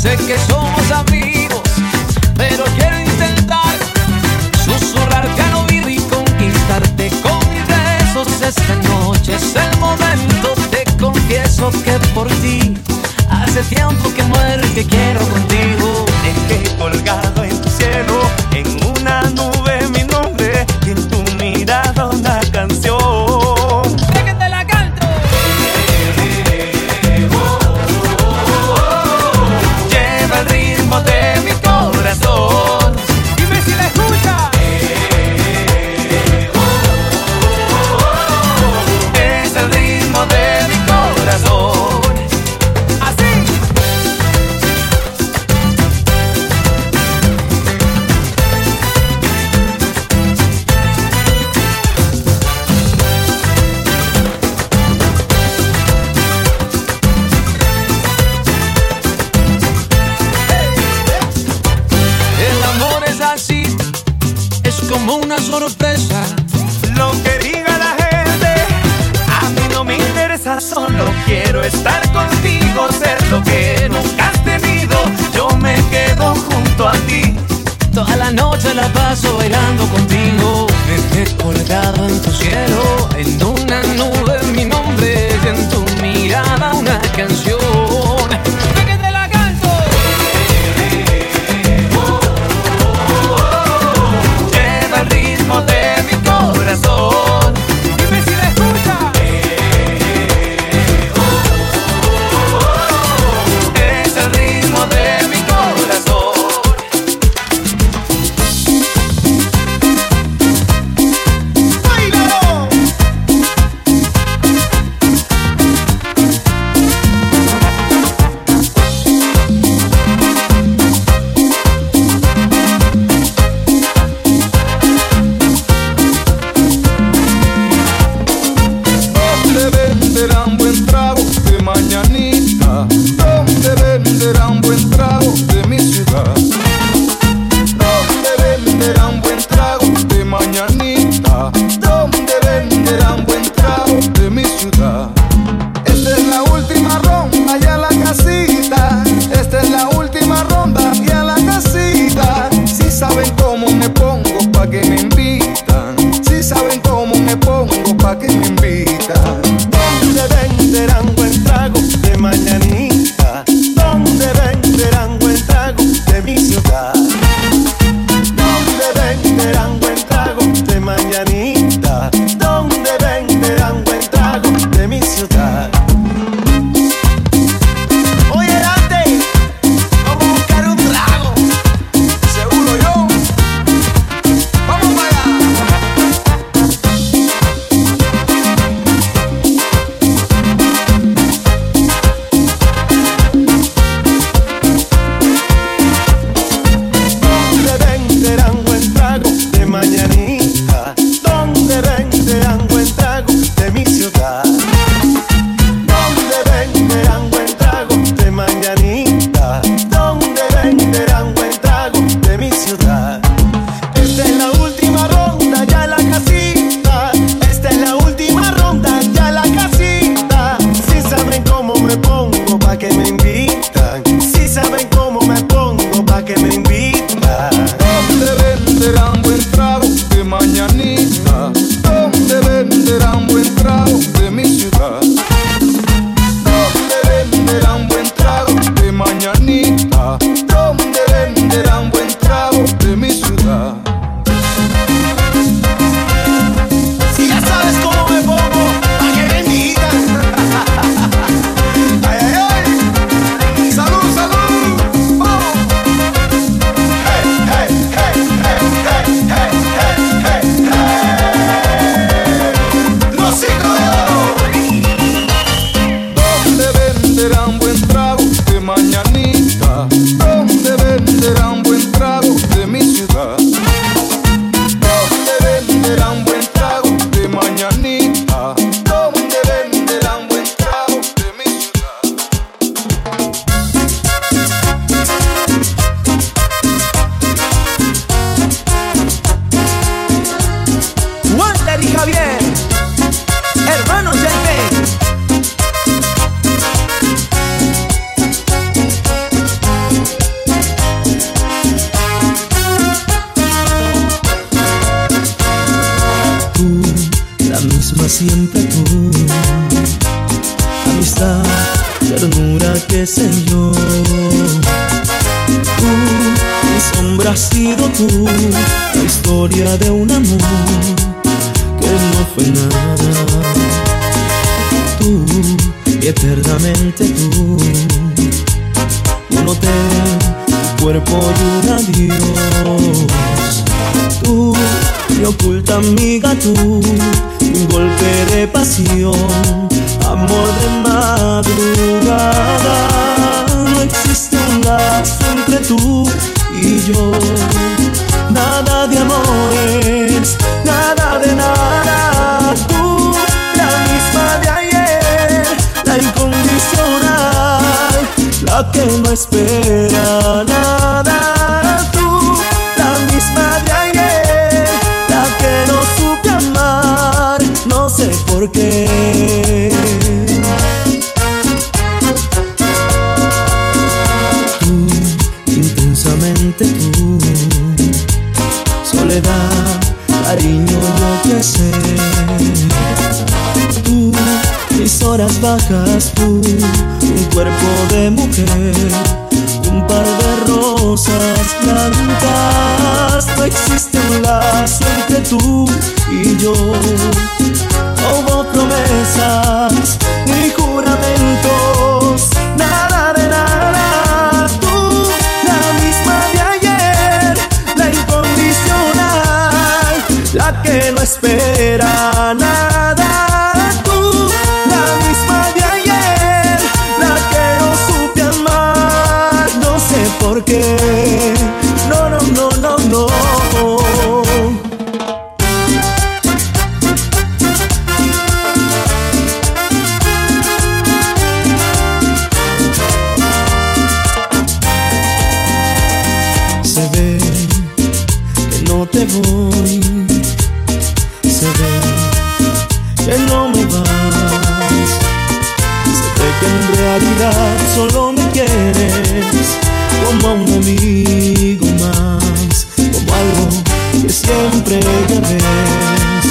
Sé que somos amigos, pero quiero intentar susurrarte al oído y conquistarte con mis besos. Esta noche es el momento, te confieso que por ti hace tiempo que muero y que quiero contigo. Dejé colgado en tu cielo, en una nube mi nombre y en tu mirada una canción. ¡Ve que te la canto! Lleva el ritmo de mi corazón. Dime si la escucha. Es el ritmo de mi corazón. Así. El amor es así, es como una sorpresa. Lo que diga la gente, a mí no me interesa. Solo quiero estar contigo, ser lo que nunca has tenido. Yo me quedo junto a ti. Toda la noche la paso bailando contigo. Me quedé colgado en tu cielo, en una nube mi nombre y en tu mirada una canción. ¡Ve que te la canto! Lleva el ritmo de mi corazón. Dime si la escucha. Es el ritmo de mi corazón. ¡Báilalo! ¿Dónde venderán buen trago de mañanita? ¿Dónde venderán buen trago de mi ciudad? ¿Dónde venderán buen trago de mañanita? ¿Dónde venderán buen trago de mi ciudad? Esta es la última ronda y a la casita. Esta es la última ronda y a la casita. Si saben cómo me pongo pa' que me invitan. Si saben cómo me pongo pa' que me invitan. ¿Dónde venderán buen trago de mañanita? ¿Dónde venderán buen trago de mi ciudad? ¿Dónde venderán buen trago de mañanita? ¿Dónde venderán buen trago de mi ciudad? Oye, Dante, vamos a buscar un trago. Seguro yo. Vamos para allá. ¿Dónde venderán buen trago de mañanita? ¿Dónde venderán buen trago de mi ciudad? ¿Dónde venderán buen trago de mañanita? ¿Dónde venderán buen trago de mi ciudad? Esta es la última ronda, ya la casita. Esta es la última ronda, ya la casita. Si saben cómo me pongo pa' que me invitan. Si saben cómo me pongo pa' que me invitan. ¿Dónde venderán buen trago de mañanita? ¿Dónde venderán buen trago de mi ciudad? ¿Dónde venderán buen trago de mañanita? ¿Dónde venderán buen trago de mi ciudad? Si ya sabes cómo me pongo, pa' que me invitan. Ay, ay, ay. Salud, salud. Vamos. Hey, hey, hey, hey, hey, hey, hey, hey, hey. Rosito de oro. ¿Dónde venderán buen trago de mañanita? ¿Dónde venderán buen trago de mi ciudad? ¿Dónde venderán buen trago de mañanita? ¿Dónde venderán buen trago de mi ciudad? Walter y Javier, hermanos del P. siempre tú. Amistad, ternura, qué sé yo. Tú, mi sombra has sido tú. La historia de un amor que no fue nada. Tú, y eternamente tú. Un hotel, tu cuerpo y un adiós. Tú, mi oculta amiga tú. Un golpe de pasión, amor de madrugada. No existe un lazo entre tú y yo. Nada de amores, nada de nada. Tú, la misma de ayer, la incondicional, la que no espera nada. Tú, la misma de ayer, la que no supe amar, no sé por qué. Tú, intensamente tú. Soledad, cariño, yo qué sé. Tú, mis horas bajas, tú, un cuerpo de mujer, un par de rosas blancas. No existe un lazo entre tú y yo. No hubo promesas ni juramentos, nada de nada. Tú, la misma de ayer, la incondicional, la que no espera nada. Tú, la misma de ayer, la que no supe amar, no sé por qué. No, no, no, no, no. Se ve que no te voy, se ve que no me vas, se ve que en realidad solo me quieres como a un amigo más, como algo que siempre ya ves.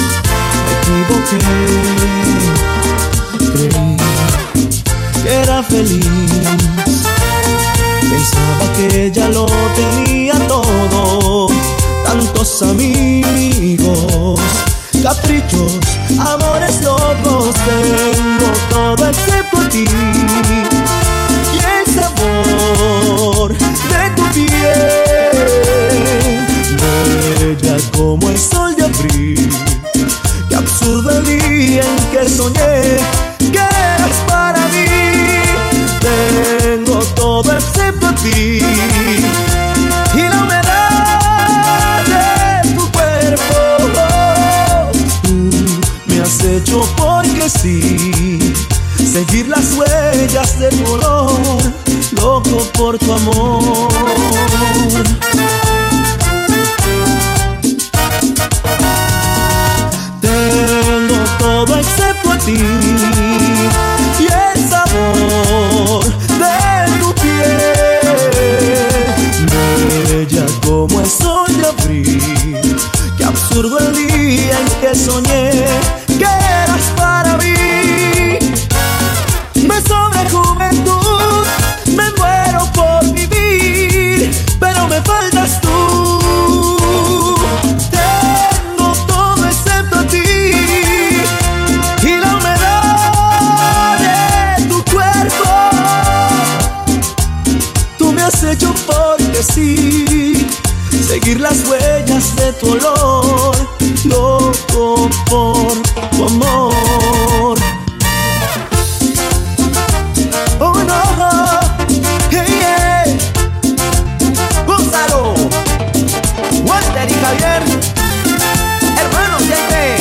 Me equivoqué, creí que era feliz, pensaba que ya lo tenía todo. Tantos amigos, caprichos, amores locos, tengo todo excepto a ti. Y el sabor de tu piel, bella como el sol de abril. Qué absurdo el día en que soñé que eras para mí. Tengo todo excepto a ti. Y la humedad de tu cuerpo, tú me has hecho porque sí, seguir las huellas de tu olor, loco por tu amor. Tengo todo excepto a ti y el sabor de tu piel, bella como el sol de abril. Qué absurdo el día en que soñé que eras para mí. Me sobra juventud, me muero por vivir, pero me faltas tú. Tengo todo excepto a ti y la humedad de tu cuerpo. Tú me has hecho porque sí, seguir las huellas de tu olor, loco por tu amor. Oh no, hey, yeah. Gonzalo, Walter y Javier, hermanos siempre.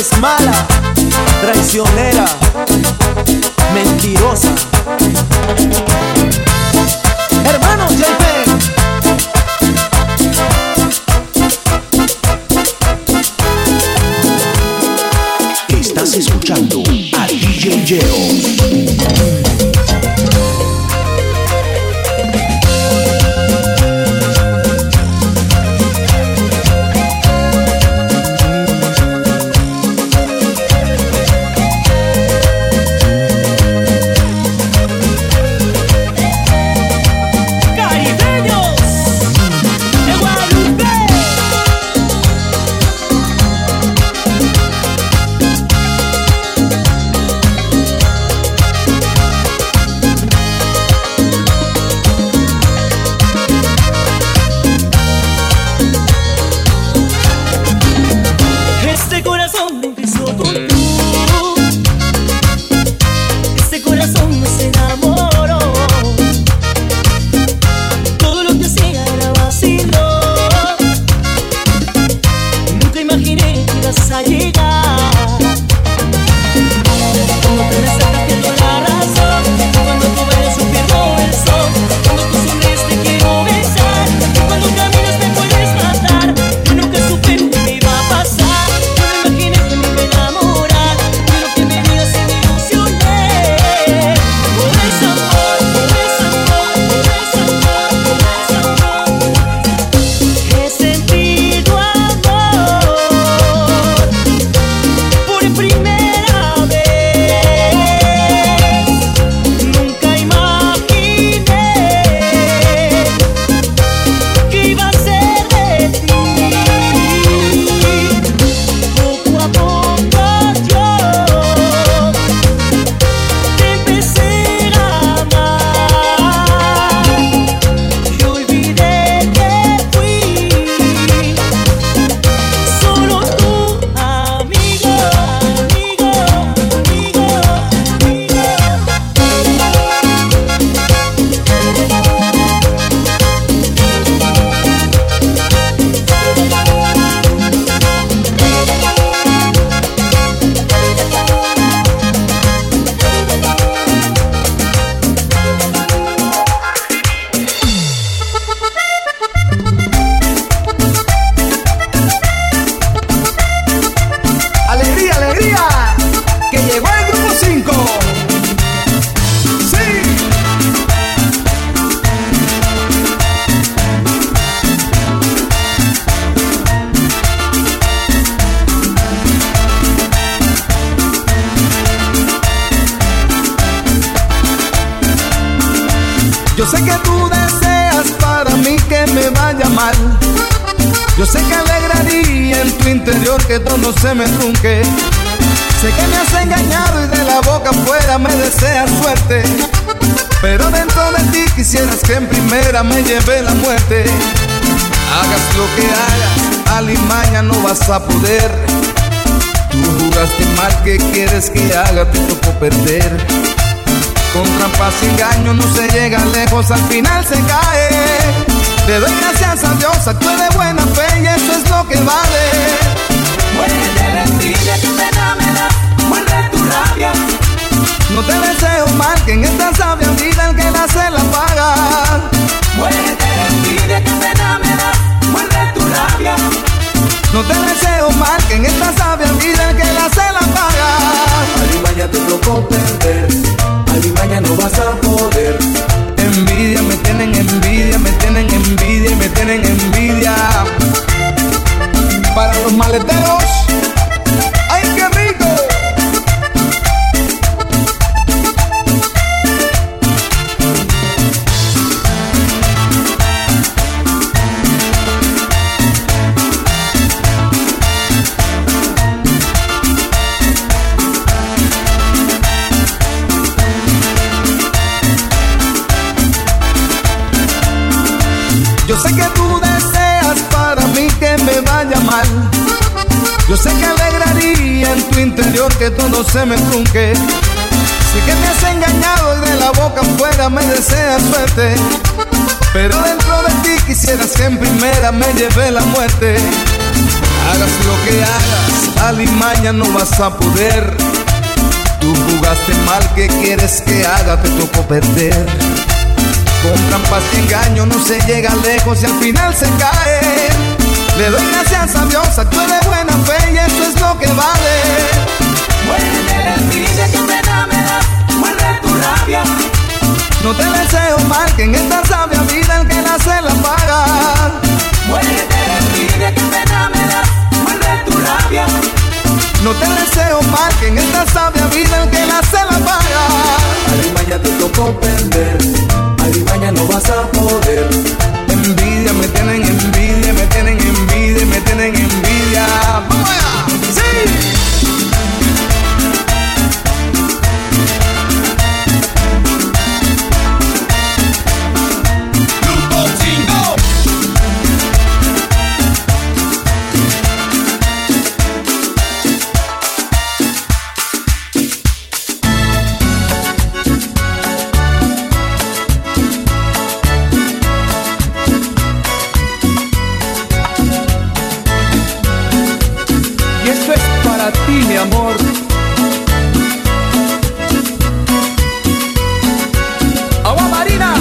eres mala, traicionera, mentirosa. Hermano JP. Estás escuchando a DJ Yeo. Yo sé que tú deseas para mí que me vaya mal. Yo sé que alegraría en tu interior que todo se me trunque. Sé que me has engañado y de la boca afuera me deseas suerte, pero dentro de ti quisieras que en primera me lleve la muerte. Hagas lo que hagas, alimaña no vas a poder. Tú juraste mal, que quieres que haga, te tocó perder. Con trampas y engaños no se llega lejos, al final se cae. Te doy gracias a Dios, actué de buena fe y eso es lo que vale. Muérete de envidia, que pena me da, muerde tu rabia. No te deseo mal, que en esta sabia vida el que la hace la paga. Muérete de envidia, que pena me da, muerde tu rabia. No te deseo mal, que en esta sabia vida el que la hace la paga. Alimaña te tocó perder, alimaña no vas a poder. Envidia, me tienen envidia, me tienen envidia y me tienen envidia. Para los maleteros, ¡ay, qué rico! Yo sé que tú deseas para mí que me vaya mal. Yo sé que alegraría en tu interior que todo se me trunque. Sé que me has engañado y de la boca afuera me deseas suerte, pero dentro de ti quisieras que en primera me lleve la muerte. Hagas lo que hagas, alimaña no vas a poder. Tú jugaste mal, ¿qué quieres que haga? Te tocó perder. Con trampas y engaño no se llega lejos y al final se cae. Le doy gracias a Dios, actué de buena fe y eso es lo que vale. Muerde la envidia, que pena me da, muerde tu rabia. No te deseo mal, que en esta sabia vida el que nace la paga. Muerde la envidia, que pena me da, muerde tu rabia. No te deseo mal, que en esta sabia vida el que nace la paga. Alimaña te tocó perder, alimaña no vas a poder. Envidia, me tienen envidia, me tienen envidia, me tienen envidia. ¡Vamos allá! ¡Sí! Mi amor, agua marina.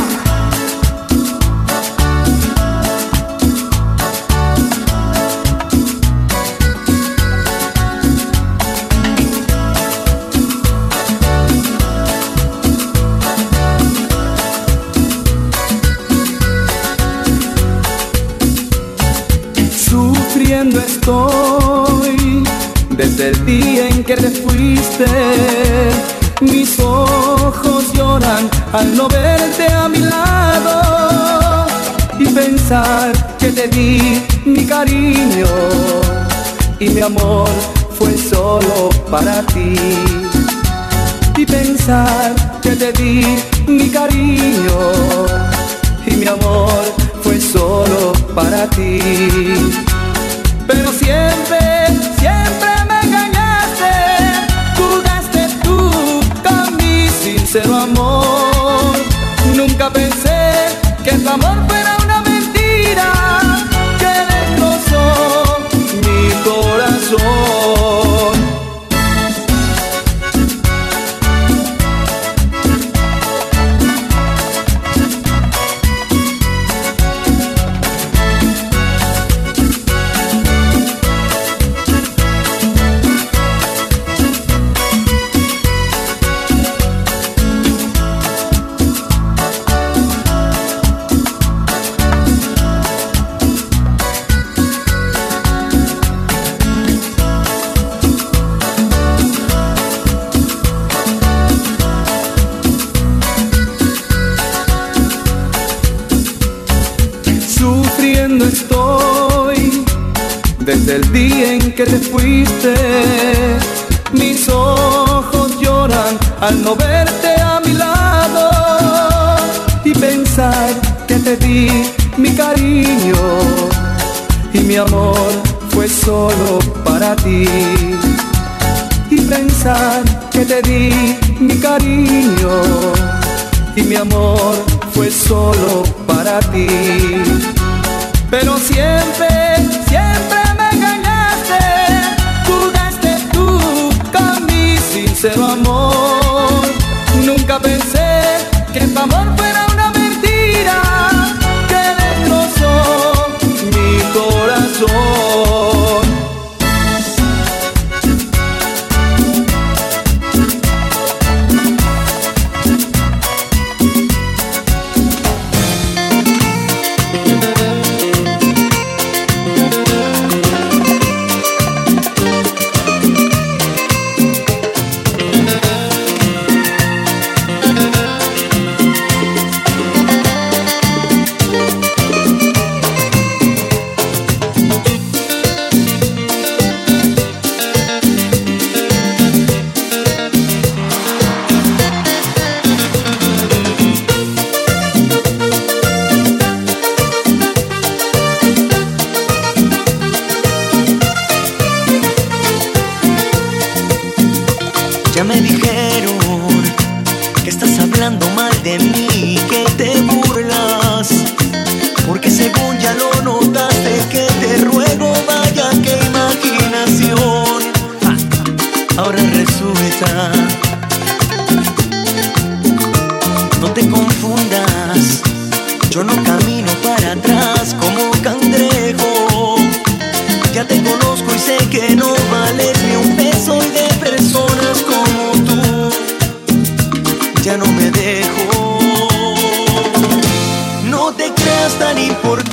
Sufriendo estoy desde el día en que te fuiste. Mis ojos lloran al no verte a mi lado y pensar que te di mi cariño y mi amor fue solo para ti. Y pensar que te di mi cariño y mi amor fue solo para ti. Pero siempre, siempre me engañaste, jugaste tú con mi sincero amor. Nunca pensé que tu amor fuera una mentira que destrozó mi corazón. Sufriendo estoy desde el día en que te fuiste. Mis ojos lloran al no verte a mi lado y pensar que te di mi cariño y mi amor fue solo para ti. Y pensar que te di mi cariño y mi amor fue solo para ti. Pero siempre, siempre me engañaste, jugaste tú con mi sincero amor. Nunca pensé que tu amor fuera una mentira que destrozó mi corazón. Ya me dijeron que estás hablando mal de mí, que te burlas, porque según ya lo notaste, que te ruego vaya a quemar.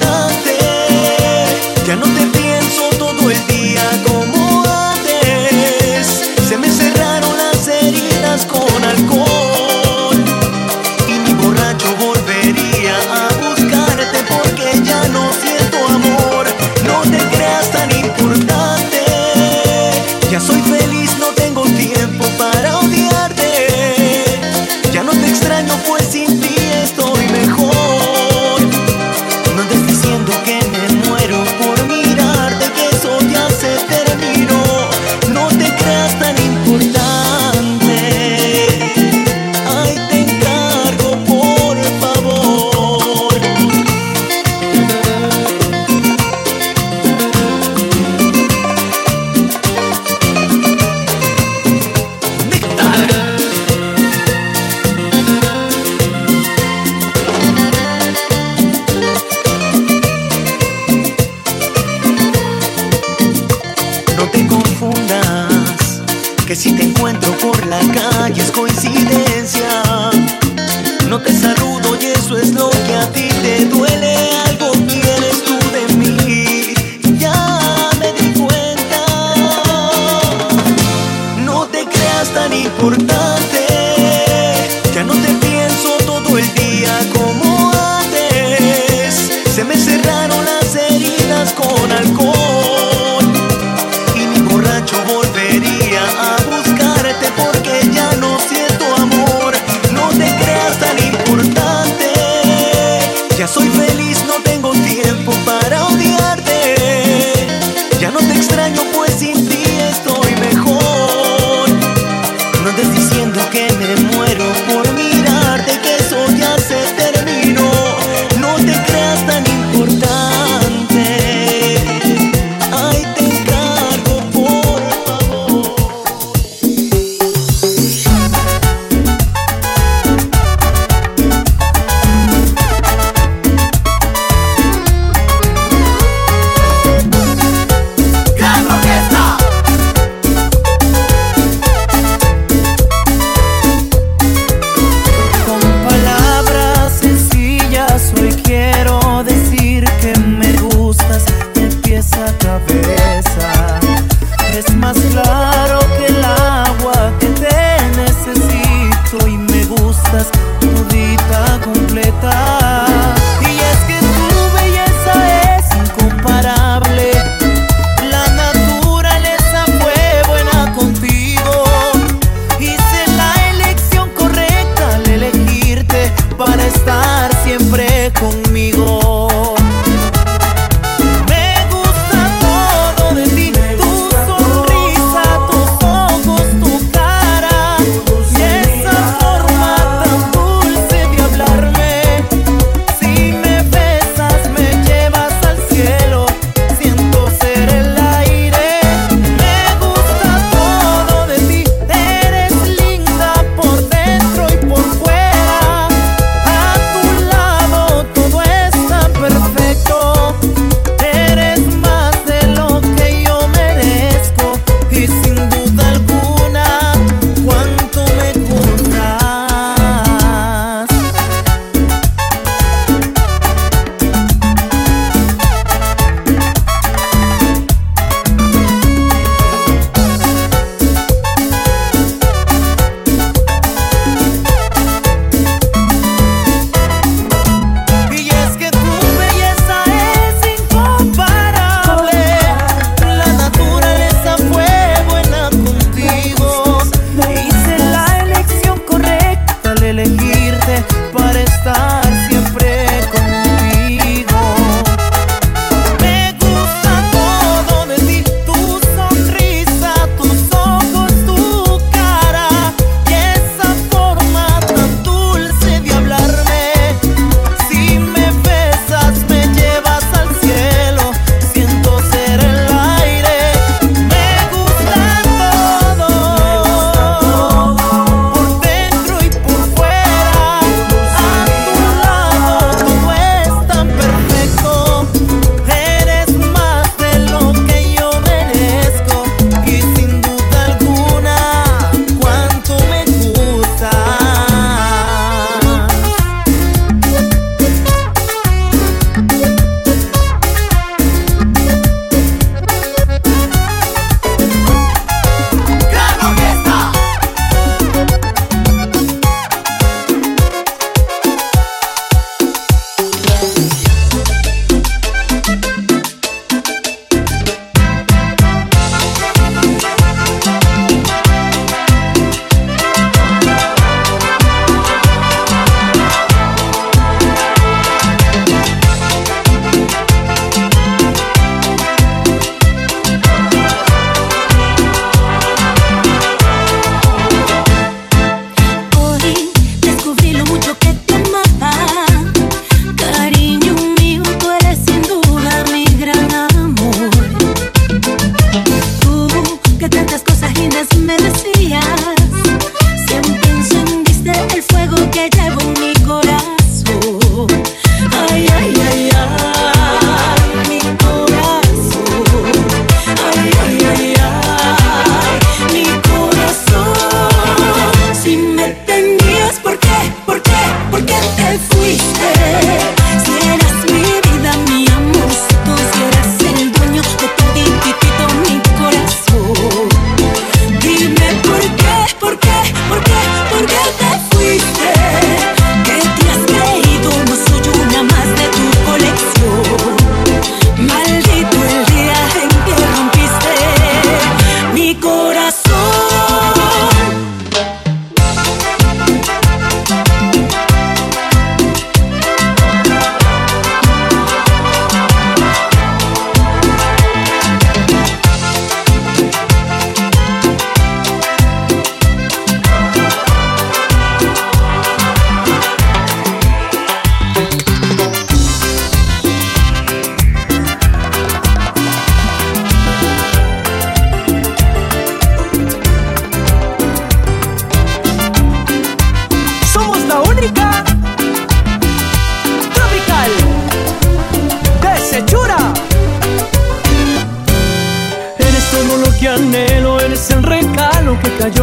importante. Ya no te pienso todo el día como antes. Se me cerraron las heridas con alcohol y mi borracho volvería a buscarte porque ya no siento amor. No te creas tan importante. Ya soy feliz, no tengo tiempo para odiarte. Ya no te extraño, pues sin ti estoy mejor. No andes diciendo que me muero por mirarte, que eso ya se terminó. No te creas tan importante. Ay, te encargo, por favor. No te confundas, que si te encuentro por la calle es coincidencia. No te saludo y eso es lo que a ti te duele. Algo quieres tú de mí, ya me di cuenta. No te creas tan importante. Ya no te pienso todo el día como antes. Se me cerraron las heridas con alcohol y mi borracho volvería a buscarte porque ya no siento amor. No te creas tan importante. Ya soy feliz, no te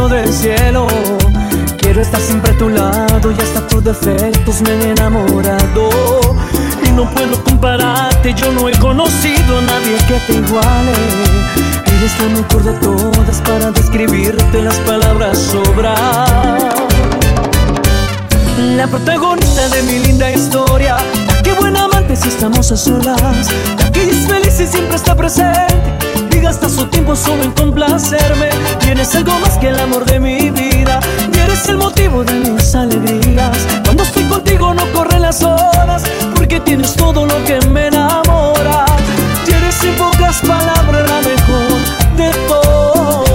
regalo del cielo. Quiero estar siempre a tu lado y hasta tus defectos me han enamorado. Y no puedo compararte, yo no he conocido a nadie que te iguale. Eres la mejor de todas, para describirte las palabras sobran. La protagonista de mi linda historia, la que buena amante si estamos a solas, la que es feliz y siempre está presente y gasta su tiempo solo en complacerme. Tienes algo más que el amor de mi vida y eres el motivo de mis alegrías. Cuando estoy contigo no corren las horas, porque tienes todo lo que me enamora. Tienes en pocas palabras la mejor de todas.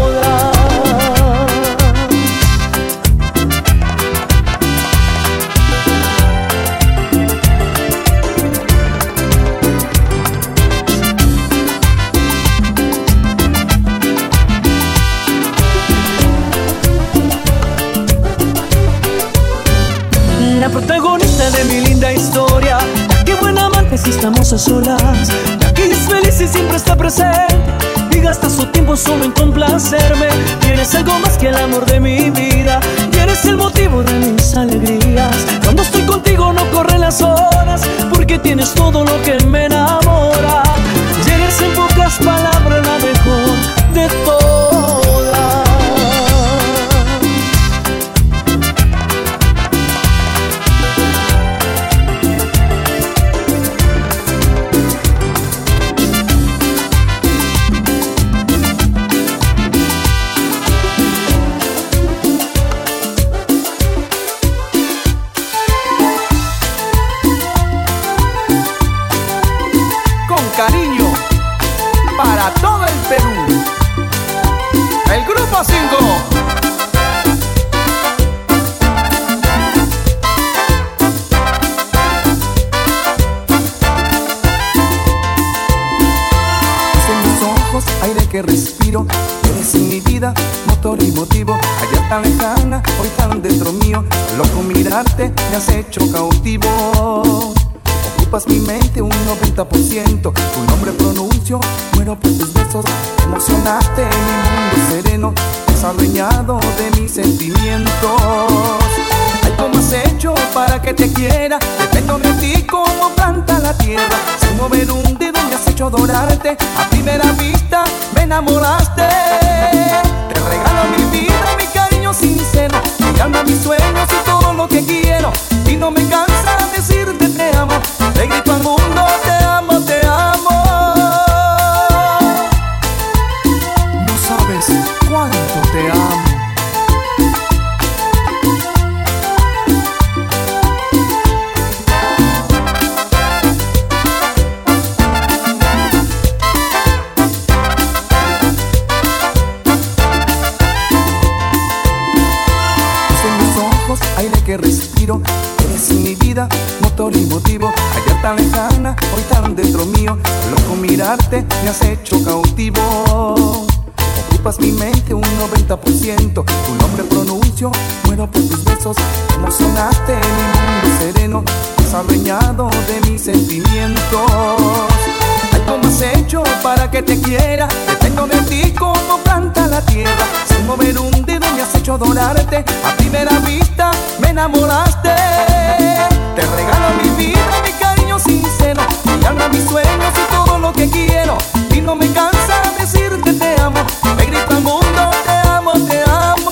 La protagonista de mi linda historia, la que buena amante si estamos a solas, la que es feliz y siempre está presente y gasta su tiempo solo en complacerme. Tienes algo más que el amor de mi vida y eres el motivo de mis alegrías. Cuando estoy contigo no corren las horas, porque tienes todo lo que me enamora. Y eres en pocas palabras la mejor de todas. Cariño para todo el Perú, el Grupo 5. Aire que respiro, eres en mi vida, motor y motivo. Ayer tan lejana, hoy tan dentro mío. Loco mirarte, me has hecho cautivo. Ocupas mi mente un 90%. Tu nombre pronuncio, muero por tus besos. Emocionaste en mi mundo sereno, te has adueñado de mis sentimientos. Ay, ¿cómo has hecho para que te quiera? Dependo de ti como planta la tierra. Sin mover un dedo me has hecho adorarte. A primera vista me enamoraste. Te regalo mi vida, mi cariño sincero, mi alma, mis sueños y todo lo que quiero. Y no me cansa decirte te amo. Le grito al mundo te amo, te amo. No sabes cuánto te amo. Aire que respiro, eres en mi vida, motor y motivo. Ayer tan lejana, hoy tan dentro mío. Loco mirarte, me has hecho cautivo. Ocupas mi mente un 90%. Tu nombre pronuncio, muero por tus besos. Emocionaste en mi mundo sereno, te has adueñado de mis sentimientos. Ay, ¿cómo has hecho para que te quiera? Dependo de ti como planta la tierra. Sin mover un dedo me has hecho adorarte. A primera vista me enamoraste. Te regalo mi vida, mi cariño sincero, mi alma, mis sueños y todo lo que quiero. Y no me cansa decirte te amo. Me grito al mundo te amo, te amo.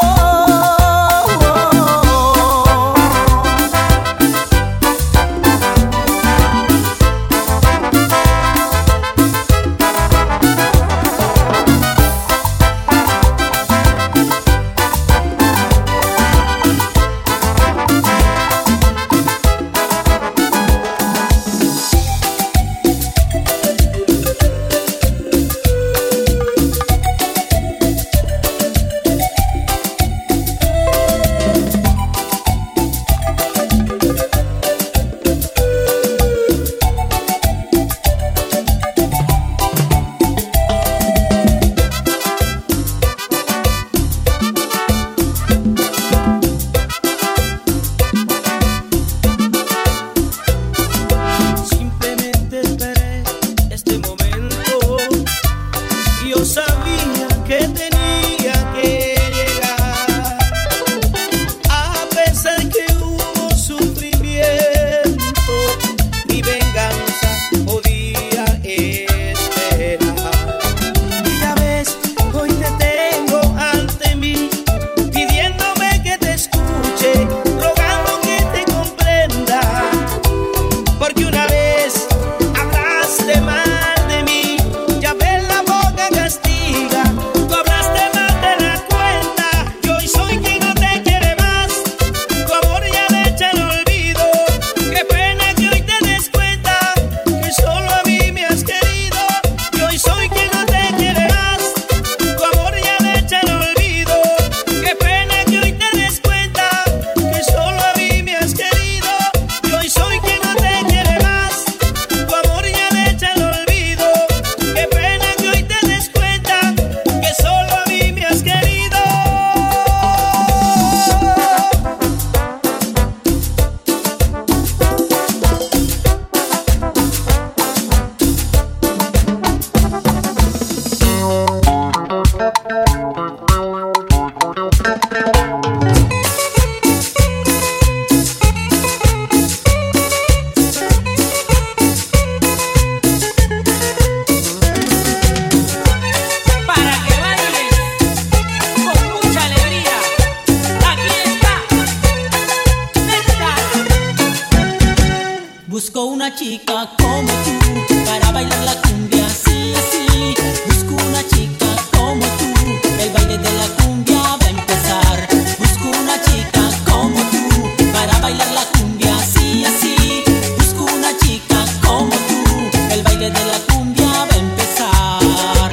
una chica como tú para bailar la cumbia así, así. Busco una chica como tú, el baile de la cumbia va a empezar. Busco una chica como tú para bailar la cumbia así, así. Busco una chica como tú, el baile de la cumbia va a empezar.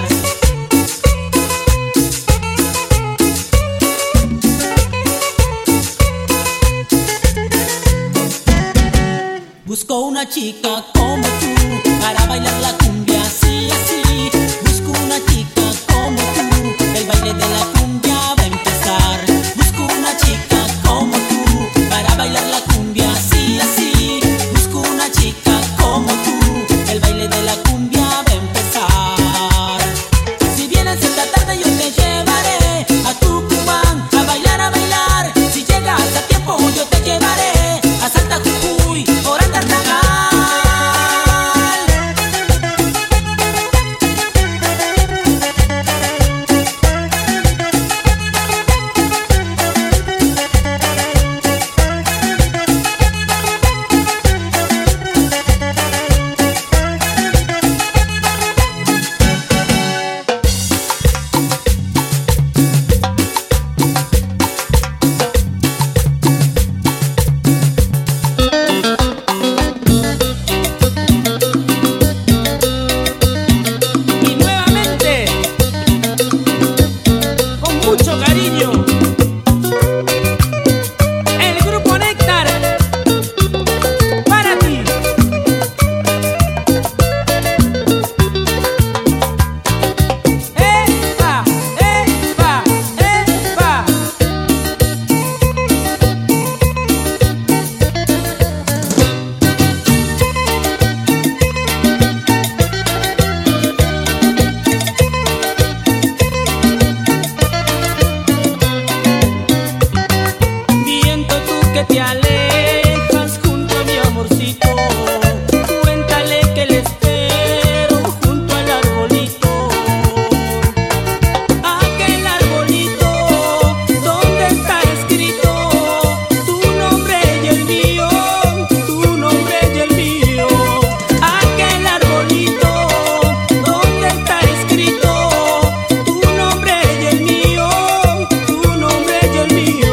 Busco una chica como tú para bailar la cumbia así, así. Busco una chica como tú, el baile de la cumbia va a empezar. Busco una chica como tú para bailar la cumbia así, así. Busco una chica como tú, el baile de la cumbia va a empezar. Si vienes esta tarde yo te llevaré a Tucumán a bailar, a bailar. Si llegas a tiempo yo te llevaré a Santa Jujuy, por Antartagal. Y nuevamente, con mucho cariño, el grupo Néctar para ti. ¡Epa! ¡Epa! ¡Epa! Viento tú que te alejas junto a mi amorcito, cuéntale que le espero junto al arbolito. Aquel arbolito donde está escrito tu nombre y el mío, tu nombre y el mío. Aquel arbolito donde está escrito tu nombre y el mío, tu nombre y el mío.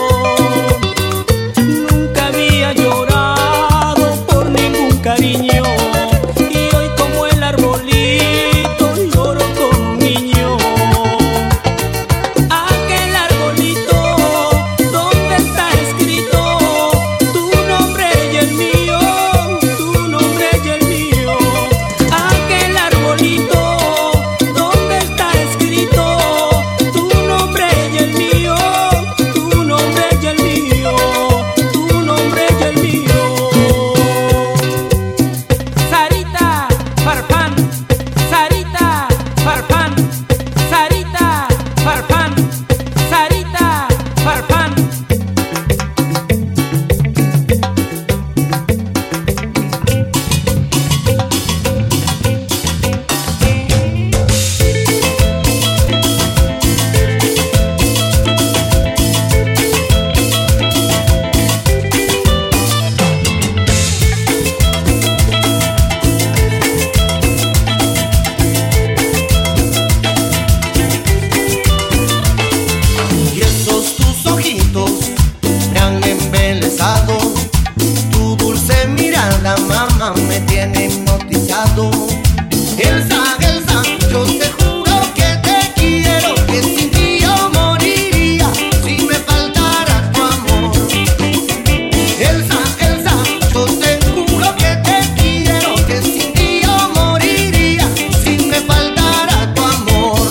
Nunca había llorado por ningún cariño y hoy como el arbolito lloro como un niño. Aquel arbolito donde está escrito tu nombre y el mío, tu nombre y el mío. Aquel arbolito donde está escrito tu nombre y el mío, tu nombre y el mío, tu nombre y el mío. Sarita Farfán, Sarita Farfán, Sarita Farfán, Sarita Farfán. Y esos tus ojitos me han embelesado, tu dulce mirada, mamá, me tiene hipnotizado. Elsa, Elsa, yo te juro que te quiero, que sin ti yo moriría si me faltara tu amor. Elsa, Elsa, yo te juro que te quiero, que sin ti yo moriría si me faltara tu amor.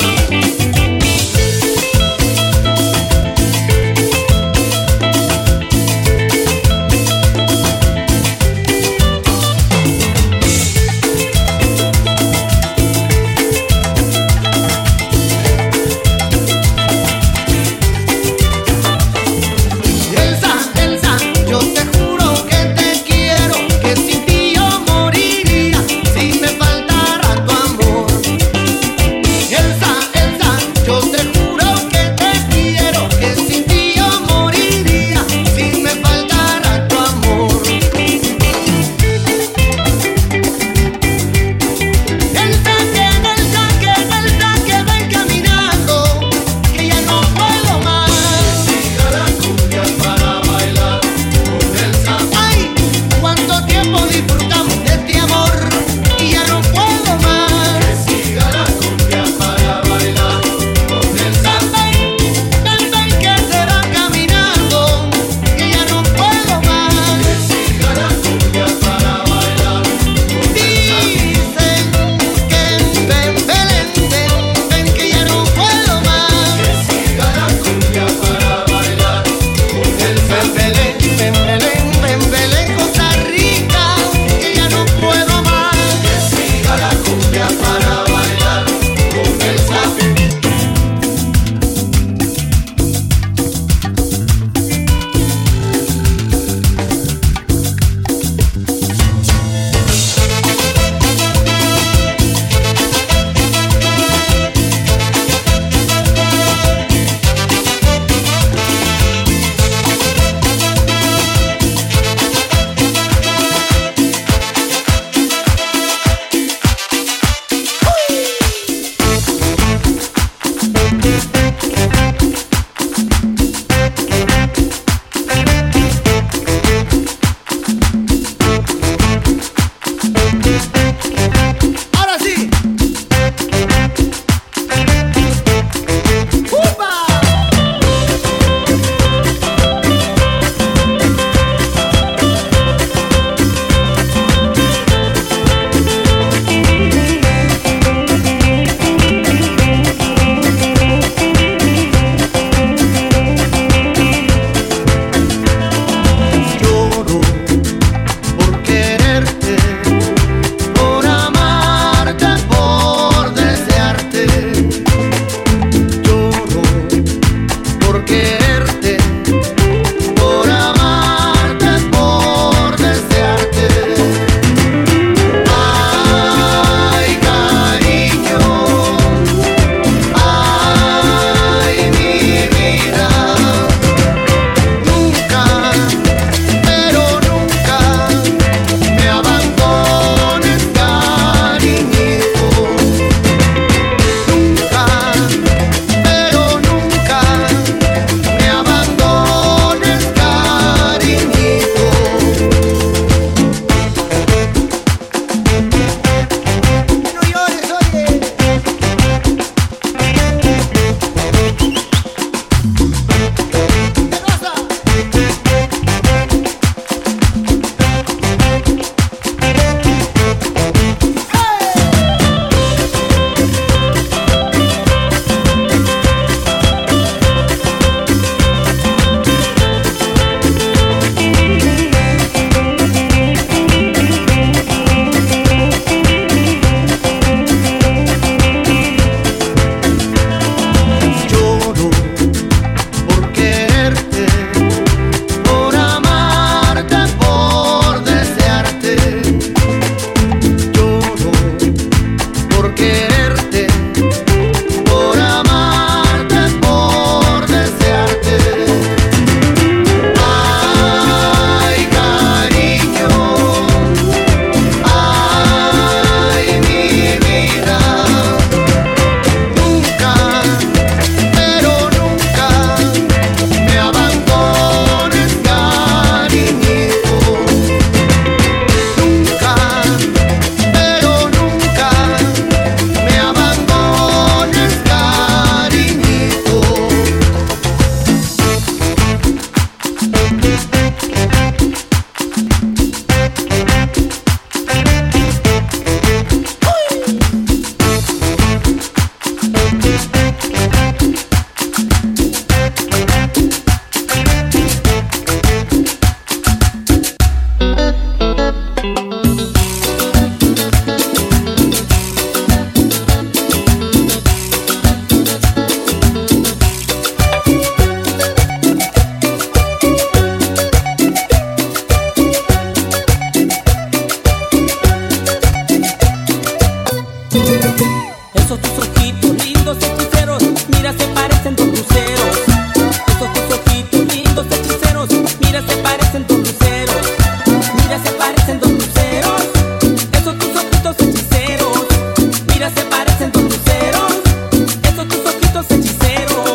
Esos tus ojitos lindos hechiceros, mira se parecen dos luceros. Esos tus ojitos lindos hechiceros, mira se parecen dos luceros. Mira se parecen dos luceros. Esos tus ojitos hechiceros, mira se parecen dos luceros. Esos tus ojitos hechiceros.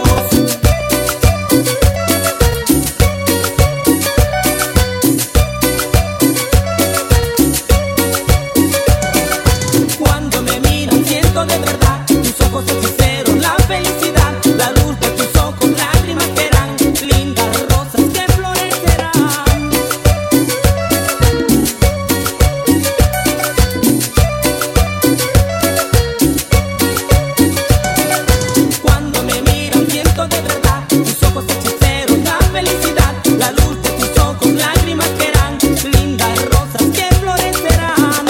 Cuando me miran siento de verdad tus ojos hechiceros, la felicidad, la luz de tus ojos, lágrimas que eran lindas rosas que florecerán. Cuando me miran siento de verdad tus ojos hechiceros, la felicidad, la luz de tus ojos, lágrimas que eran lindas rosas que florecerán.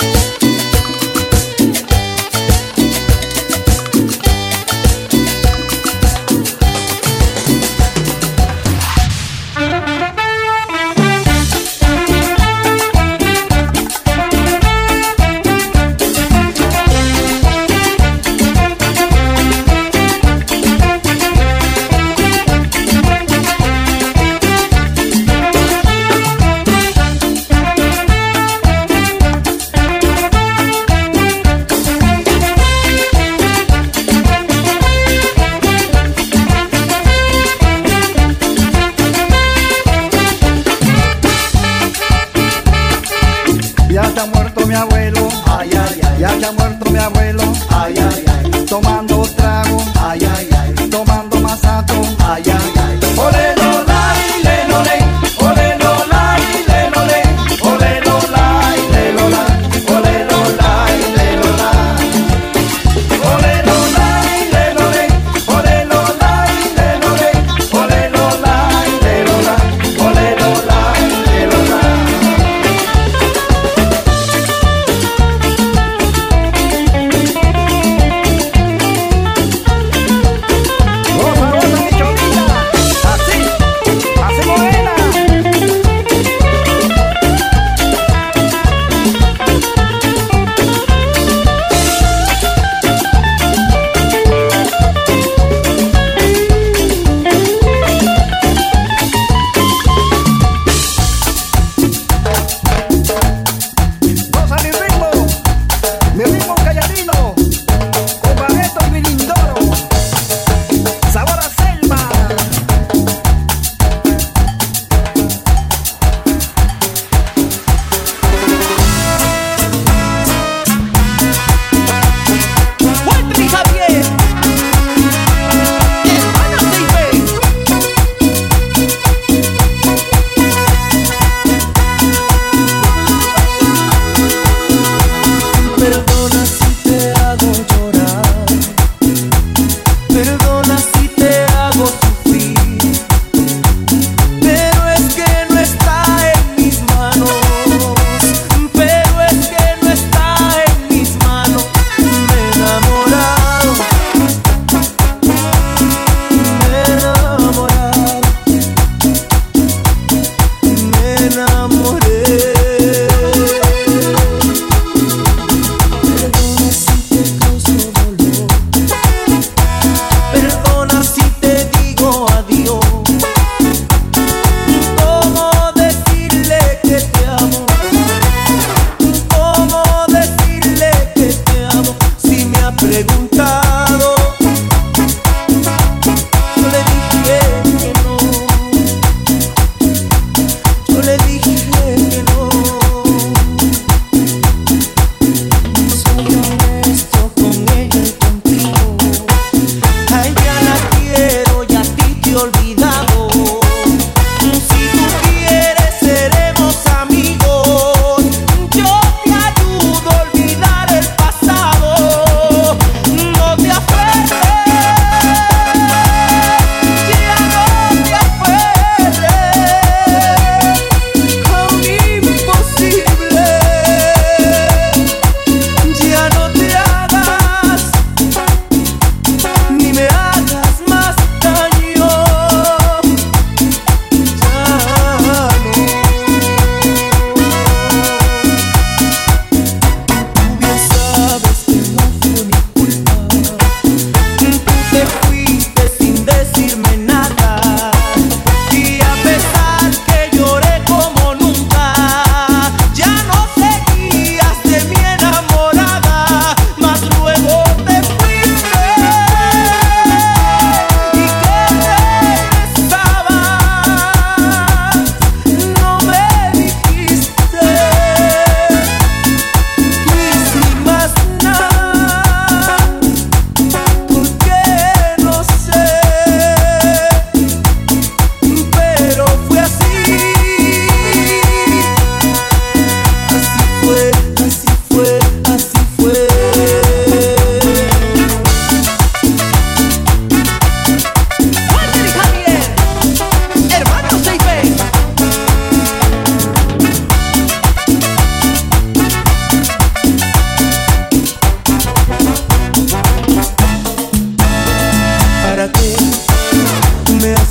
Ya se ha muerto mi abuelo, Ay, ay, ay, ya se ha muerto mi abuelo, ay, ay, ay, tomando trago, ay, ay, ay, tomando masato. ay, ay, ay. Ole lo lai, le lo le, ole lo lai, le lo le, ole lo lai, le lo la, ole lo lai, le lo la. Ole lo lai, le lo le, ole lo lai, le lo le, ole lo lai, le lo la, ole lo lai, le lo la.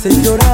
hacen llorar.